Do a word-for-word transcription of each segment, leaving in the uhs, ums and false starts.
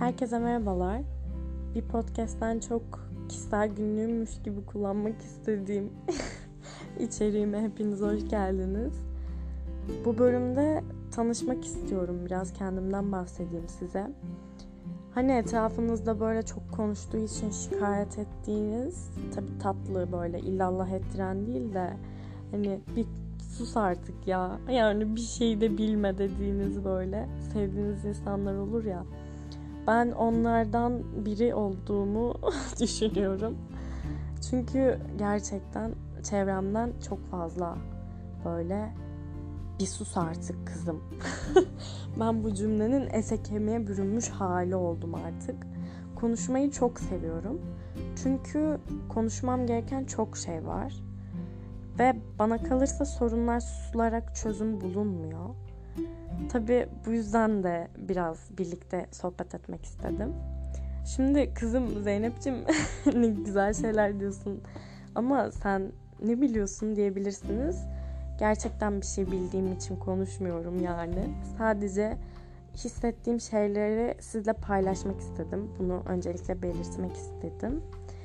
Herkese merhabalar. Bir podcast'ten çok kişisel günlüğümmüş gibi kullanmak istediğim içeriğime hepiniz hoş geldiniz. Bu bölümde tanışmak istiyorum. Biraz kendimden bahsedeyim size. Hani etrafınızda böyle çok konuştuğu için şikayet ettiğiniz, tabii tatlı böyle illallah ettiren değil de hani bir sus artık ya, yani bir şey de bilme dediğiniz böyle sevdiğiniz insanlar olur ya. Ben onlardan biri olduğumu düşünüyorum. Çünkü gerçekten çevremden çok fazla böyle bir sus artık kızım. Ben bu cümlenin ete kemiğe bürünmüş hali oldum artık. Konuşmayı çok seviyorum. Çünkü konuşmam gereken çok şey var. Ve bana kalırsa sorunlar susularak çözüm bulunmuyor. Tabii bu yüzden de biraz birlikte sohbet etmek istedim. Şimdi kızım Zeynep'ciğim ne güzel şeyler diyorsun ama sen ne biliyorsun diyebilirsiniz. Gerçekten bir şey bildiğim için konuşmuyorum yani. Sadece hissettiğim şeyleri sizle paylaşmak istedim. Bunu öncelikle belirtmek istedim.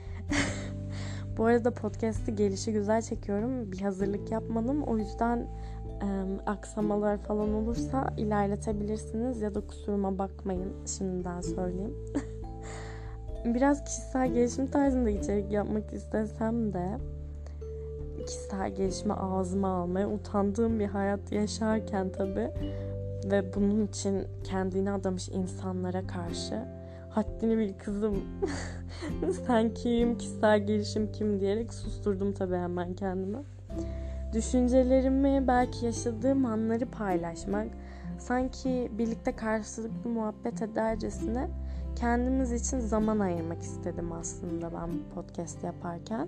Bu arada podcast'ı gelişigüzel çekiyorum. Bir hazırlık yapmadım. O yüzden e, aksamalar falan olursa ilerletebilirsiniz ya da kusuruma bakmayın. Şimdiden söyleyeyim. Biraz kişisel gelişim tarzında içerik yapmak istesem de kişisel gelişime ağzıma almaya utandığım bir hayat yaşarken tabii ve bunun için kendini adamış insanlara karşı haddini bil kızım sen kim, kişisel gelişim kim diyerek susturdum tabii hemen kendimi. Düşüncelerimi, belki yaşadığım anları paylaşmak, sanki birlikte karşılıklı muhabbet edercesine kendimiz için zaman ayırmak istedim aslında ben bu podcast yaparken.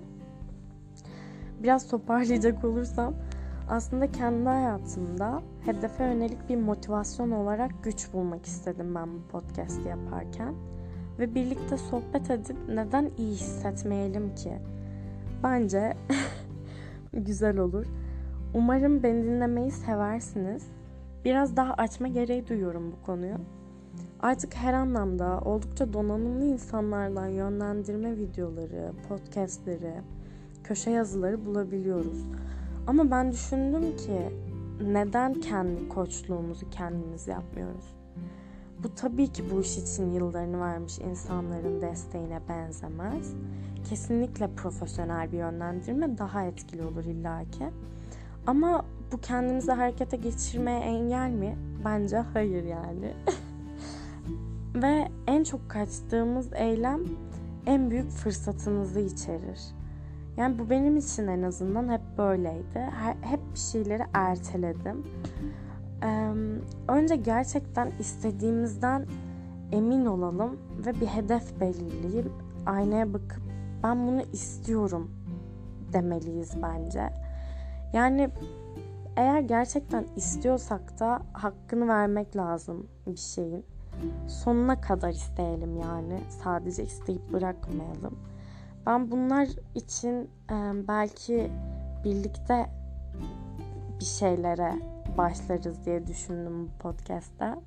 Biraz toparlayacak olursam, aslında kendi hayatımda hedefe yönelik bir motivasyon olarak güç bulmak istedim ben bu podcast yaparken. Ve birlikte sohbet edip neden iyi hissetmeyelim ki? Bence güzel olur. Umarım beni dinlemeyi seversiniz. Biraz daha açma gereği duyuyorum bu konuyu. Artık her anlamda oldukça donanımlı insanlardan yönlendirme videoları, podcastleri, köşe yazıları bulabiliyoruz. Ama ben düşündüm ki neden kendi koçluğumuzu kendimiz yapmıyoruz? Bu tabii ki bu iş için yıllarını vermiş insanların desteğine benzemez. Kesinlikle profesyonel bir yönlendirme daha etkili olur illaki. Ama bu kendimizi harekete geçirmeye engel mi? Bence hayır yani. Ve en çok kaçtığımız eylem en büyük fırsatınızı içerir. Yani bu benim için en azından hep böyleydi. Hep bir şeyleri erteledim. Ee, önce gerçekten istediğimizden emin olalım ve bir hedef belirleyip aynaya bakıp ben bunu istiyorum demeliyiz bence. Yani eğer gerçekten istiyorsak da hakkını vermek lazım bir şeyin. Sonuna kadar isteyelim yani. Sadece isteyip bırakmayalım. Ben bunlar için e, belki birlikte bir şeylere başlarız diye düşündüm bu podcast'ta.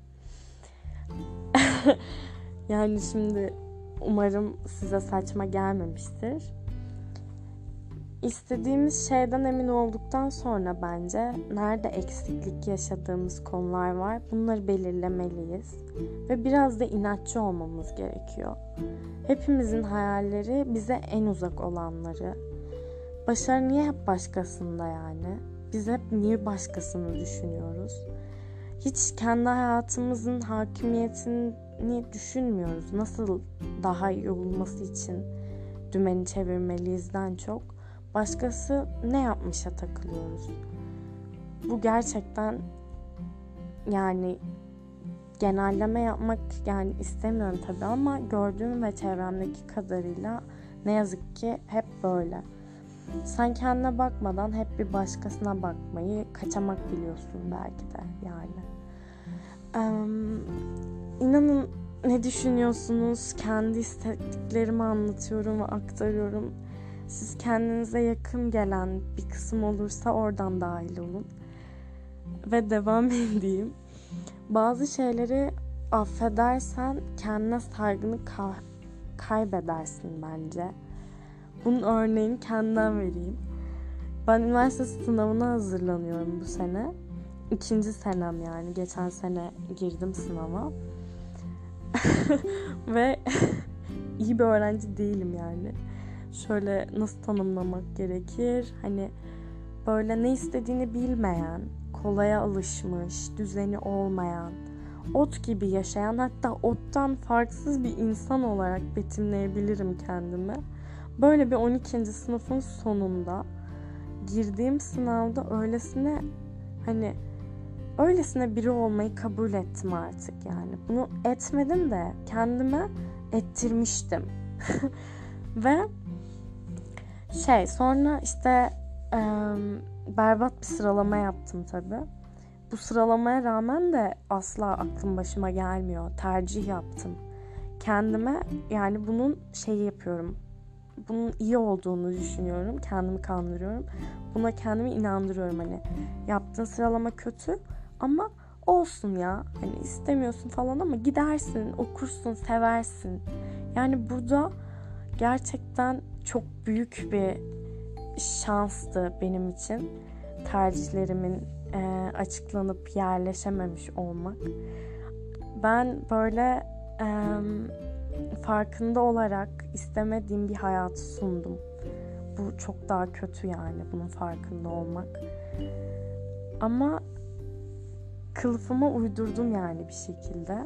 Yani şimdi umarım size saçma gelmemiştir. İstediğimiz şeyden emin olduktan sonra bence nerede eksiklik yaşadığımız konular var, bunları belirlemeliyiz ve biraz da inatçı olmamız gerekiyor. Hepimizin hayalleri bize en uzak olanları. Başarı niye hep başkasında yani? Biz hep niye başkasını düşünüyoruz? Hiç kendi hayatımızın hakimiyetini düşünmüyoruz. Nasıl daha iyi olması için dümeni çevirmeliyizden çok başkası ne yapmışa takılıyoruz. Bu gerçekten yani genelleme yapmak yani istemiyorum tabii ama gördüğüm ve çevremdeki kadarıyla ne yazık ki hep böyle. Sen kendine bakmadan hep bir başkasına bakmayı kaçamak biliyorsun belki de yani. Ee, inanın ne düşünüyorsunuz? Kendi istediklerimi anlatıyorum ve aktarıyorum. Siz kendinize yakın gelen bir kısım olursa oradan dahil olun. Ve devam edeyim. Bazı şeyleri affedersen kendine saygını ka- kaybedersin bence. Bunun örneğini kendimden vereyim. Ben üniversite sınavına hazırlanıyorum bu sene. İkinci senem yani. Geçen sene girdim sınava. Ve iyi bir öğrenci değilim yani. Şöyle nasıl tanımlamak gerekir? Hani böyle ne istediğini bilmeyen, kolaya alışmış, düzeni olmayan, ot gibi yaşayan, hatta ottan farksız bir insan olarak betimleyebilirim kendimi. Böyle bir on ikinci sınıfın sonunda girdiğim sınavda öylesine hani öylesine biri olmayı kabul ettim artık yani. Bunu etmedim de kendime ettirmiştim. Ve şey sonra işte e, berbat bir sıralama yaptım tabii. Bu sıralamaya rağmen de asla aklım başıma gelmiyor. Tercih yaptım. Kendime yani bunun şeyi yapıyorum. Bunun iyi olduğunu düşünüyorum. Kendimi kandırıyorum. Buna kendimi inandırıyorum. Hani yaptığın sıralama kötü ama olsun ya. Hani istemiyorsun falan ama gidersin, okursun, seversin. Yani burada gerçekten çok büyük bir şanstı benim için. Tercihlerimin e, açıklanıp yerleşememiş olmak. Ben böyle e, farkında olarak istemediğim bir hayatı sundum. Bu çok daha kötü yani bunun farkında olmak. Ama kılıfıma uydurdum yani bir şekilde.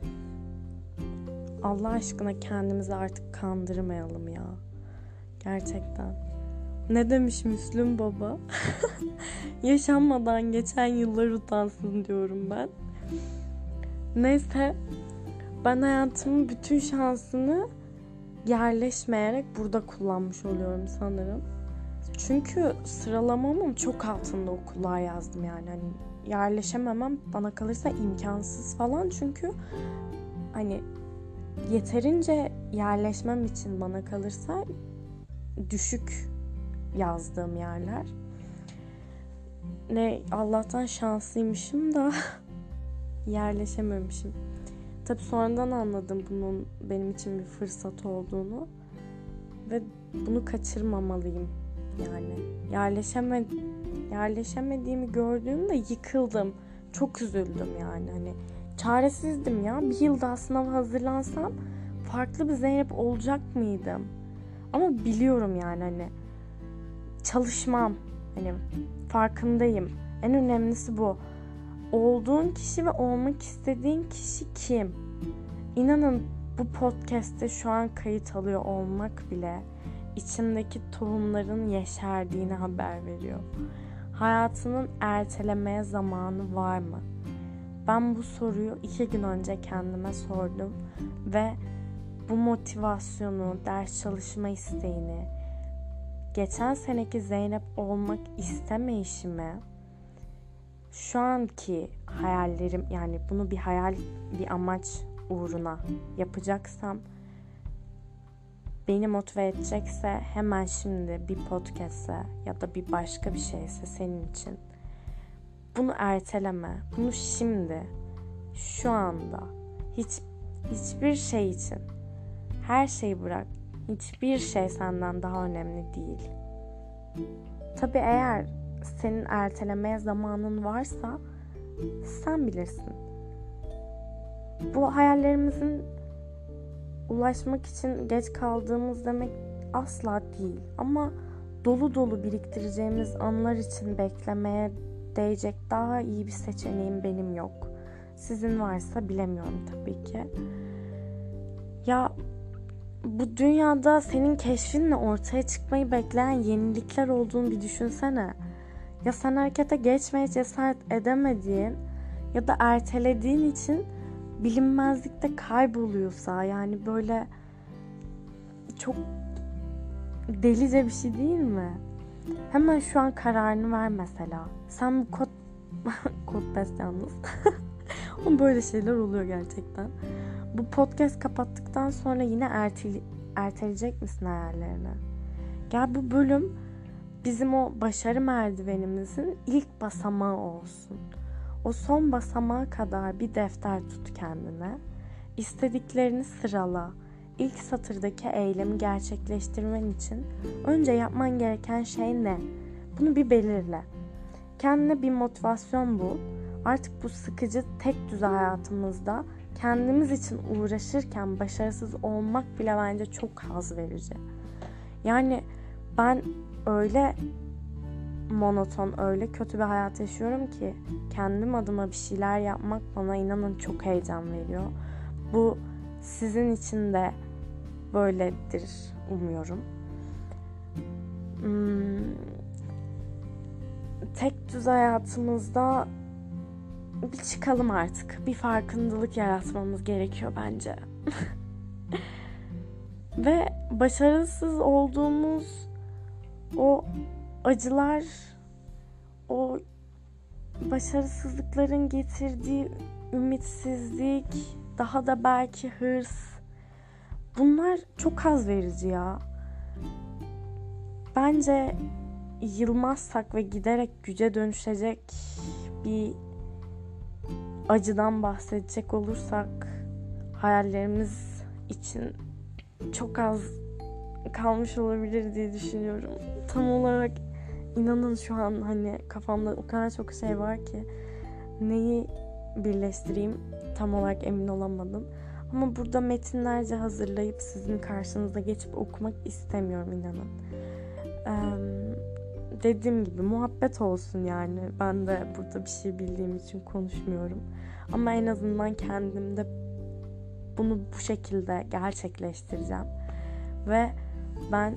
Allah aşkına kendimizi artık kandırmayalım ya. Gerçekten. Ne demiş Müslüm Baba? Yaşanmadan geçen yıllar utansın diyorum ben. Neyse, ben hayatımın bütün şansını yerleşmeyerek burada kullanmış oluyorum sanırım. Çünkü sıralamamın çok altında okullar yazdım yani. Hani yerleşememem bana kalırsa imkansız falan. Çünkü hani yeterince yerleşmem için bana kalırsa düşük yazdığım yerler. Ne Allah'tan şanslıymışım da yerleşememişim. Tabii sonradan anladım bunun benim için bir fırsat olduğunu ve bunu kaçırmamalıyım. Yani yerleşeme yerleşemediğimi gördüğümde yıkıldım. Çok üzüldüm yani. Hani çaresizdim ya. Bir yıl daha sınava hazırlansam farklı bir Zeynep olacak mıydım? Ama biliyorum yani hani çalışmam. Hani farkındayım. En önemlisi bu. Olduğun kişi ve olmak istediğin kişi kim? İnanın bu podcast'te şu an kayıt alıyor olmak bile içimdeki tohumların yeşerdiğini haber veriyor. Hayatının ertelemeye zamanı var mı? Ben bu soruyu iki gün önce kendime sordum ve bu motivasyonu, ders çalışma isteğini, geçen seneki Zeynep olmak istemeyişimi, şu anki hayallerim, yani bunu bir hayal, bir amaç uğruna yapacaksam, beni motive edecekse hemen şimdi bir podcast'e ya da bir başka bir şeyse senin için bunu erteleme. Bunu şimdi, şu anda, hiç hiçbir şey için, her şeyi bırak. Hiçbir şey senden daha önemli değil. Tabii eğer senin ertelemeye zamanın varsa sen bilirsin. Bu hayallerimizin ulaşmak için geç kaldığımız demek asla değil. Ama dolu dolu biriktireceğimiz anlar için beklemeye değecek daha iyi bir seçeneğim benim yok. Sizin varsa bilemiyorum tabii ki. Ya bu dünyada senin keşfinle ortaya çıkmayı bekleyen yenilikler olduğunu bir düşünsene. Ya sen harekete geçmeye cesaret edemediğin ya da ertelediğin için bilinmezlikte kayboluyorsa, yani böyle çok delice bir şey değil mi? Hemen şu an kararını ver mesela. Sen bu kod kod best yalnız. Ama böyle şeyler oluyor gerçekten. Bu podcast kapattıktan sonra yine ertele, erteleyecek misin hayallerini? Gel bu bölüm bizim o başarı merdivenimizin ilk basamağı olsun. O son basamağa kadar bir defter tut kendine. İstediklerini sırala. İlk satırdaki eylemi gerçekleştirmen için önce yapman gereken şey ne? Bunu bir belirle. Kendine bir motivasyon bul. Artık bu sıkıcı tek düze hayatımızda kendimiz için uğraşırken başarısız olmak bile bence çok haz verici. Yani ben öyle monoton, öyle kötü bir hayat yaşıyorum ki kendim adıma bir şeyler yapmak bana inanın çok heyecan veriyor. Bu sizin için de böyledir umuyorum. Hmm, tek düz hayatımızda bir çıkalım artık. Bir farkındalık yaratmamız gerekiyor bence. Ve başarısız olduğumuz o acılar, o başarısızlıkların getirdiği ümitsizlik, daha da belki hırs, bunlar çok haz verici ya. Bence yılmazsak ve giderek güce dönüşecek bir acıdan bahsedecek olursak hayallerimiz için çok az kalmış olabilir diye düşünüyorum. Tam olarak inanın şu an hani kafamda o kadar çok şey var ki neyi birleştireyim tam olarak emin olamadım. Ama burada metinlerce hazırlayıp sizin karşınıza geçip okumak istemiyorum inanın. Ee, dediğim gibi muhabbet olsun yani. Ben de burada bir şey bildiğim için konuşmuyorum. Ama en azından kendimde bunu bu şekilde gerçekleştireceğim. Ve ben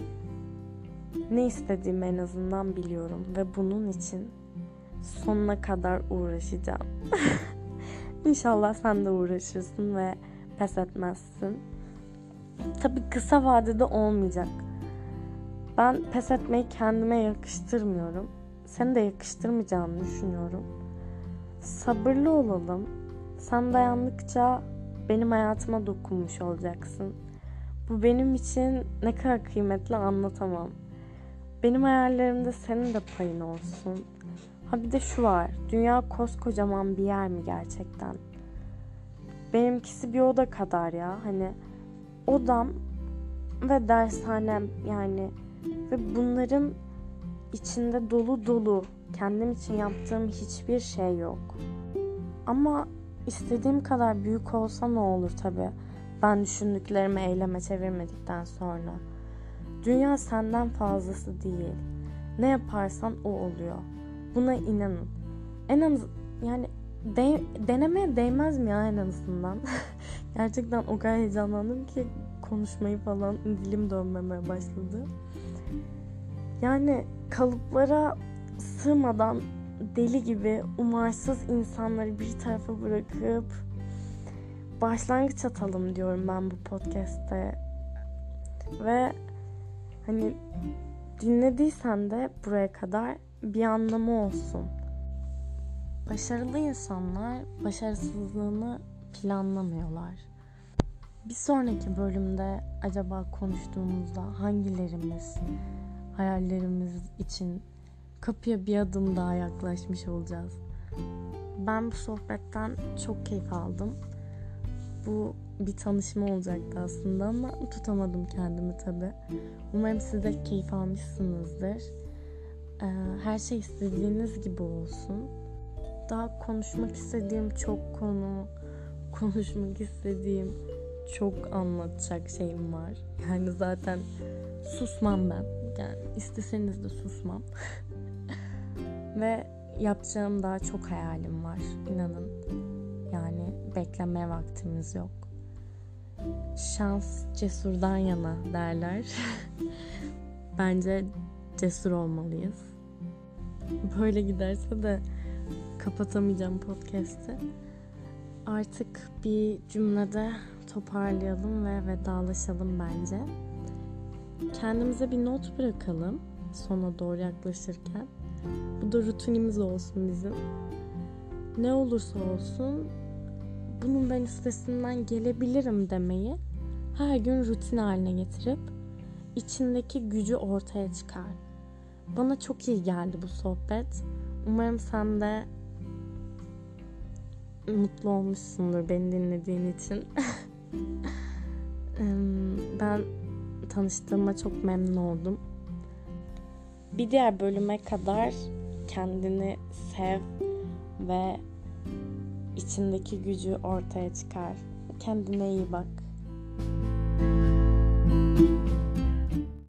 ne istediğimi en azından biliyorum. Ve bunun için sonuna kadar uğraşacağım. İnşallah sen de uğraşırsın ve pes etmezsin. Tabii kısa vadede olmayacak. Ben pes etmeyi kendime yakıştırmıyorum. Seni de yakıştırmayacağını düşünüyorum. Sabırlı olalım. Sen dayandıkça benim hayatıma dokunmuş olacaksın. Bu benim için ne kadar kıymetli anlatamam. Benim hayallerimde senin de payın olsun. Ha bir de şu var. Dünya koskocaman bir yer mi gerçekten? Benimkisi bir oda kadar ya. Hani odam ve dershanem yani. Ve bunların içinde dolu dolu kendim için yaptığım hiçbir şey yok. Ama istediğim kadar büyük olsa ne olur tabii. Ben düşündüklerimi eyleme çevirmedikten sonra. Dünya senden fazlası değil. Ne yaparsan o oluyor. Buna inanın. En az yani de, denemeye değmez mi ya en azından? Gerçekten o kadar heyecanlandım ki konuşmayı falan dilim dönmemeye başladı. Yani kalıplara sığmadan deli gibi umarsız insanları bir tarafa bırakıp başlangıç atalım diyorum ben bu podcast'te. Ve hani dinlediysen de buraya kadar bir anlamı olsun. Başarılı insanlar başarısızlığını planlamıyorlar. Bir sonraki bölümde acaba konuştuğumuzda hangilerimiz hayallerimiz için kapıya bir adım daha yaklaşmış olacağız? Ben bu sohbetten çok keyif aldım. Bu bir tanışma olacaktı aslında ama tutamadım kendimi tabii. Umarım siz de keyif almışsınızdır. Her şey istediğiniz gibi olsun. Daha konuşmak istediğim çok konu, konuşmak istediğim çok anlatacak şeyim var. Yani zaten susmam ben. Yani isteseniz de susmam. Ve yapacağım daha çok hayalim var. İnanın. Yani beklemeye vaktimiz yok. Şans cesurdan yana derler. Bence cesur olmalıyız. Böyle giderse de kapatamayacağım podcast'i. Artık bir cümlede toparlayalım ve vedalaşalım bence. Kendimize bir not bırakalım sona doğru yaklaşırken. Bu da rutinimiz olsun bizim. Ne olursa olsun bunun ben üstesinden gelebilirim demeyi her gün rutin haline getirip içindeki gücü ortaya çıkar. Bana çok iyi geldi bu sohbet. Umarım sen de mutlu olmuşsundur beni dinlediğin için. Ben tanıştığıma çok memnun oldum. Bir diğer bölüme kadar kendini sev ve içindeki gücü ortaya çıkar. Kendine iyi bak.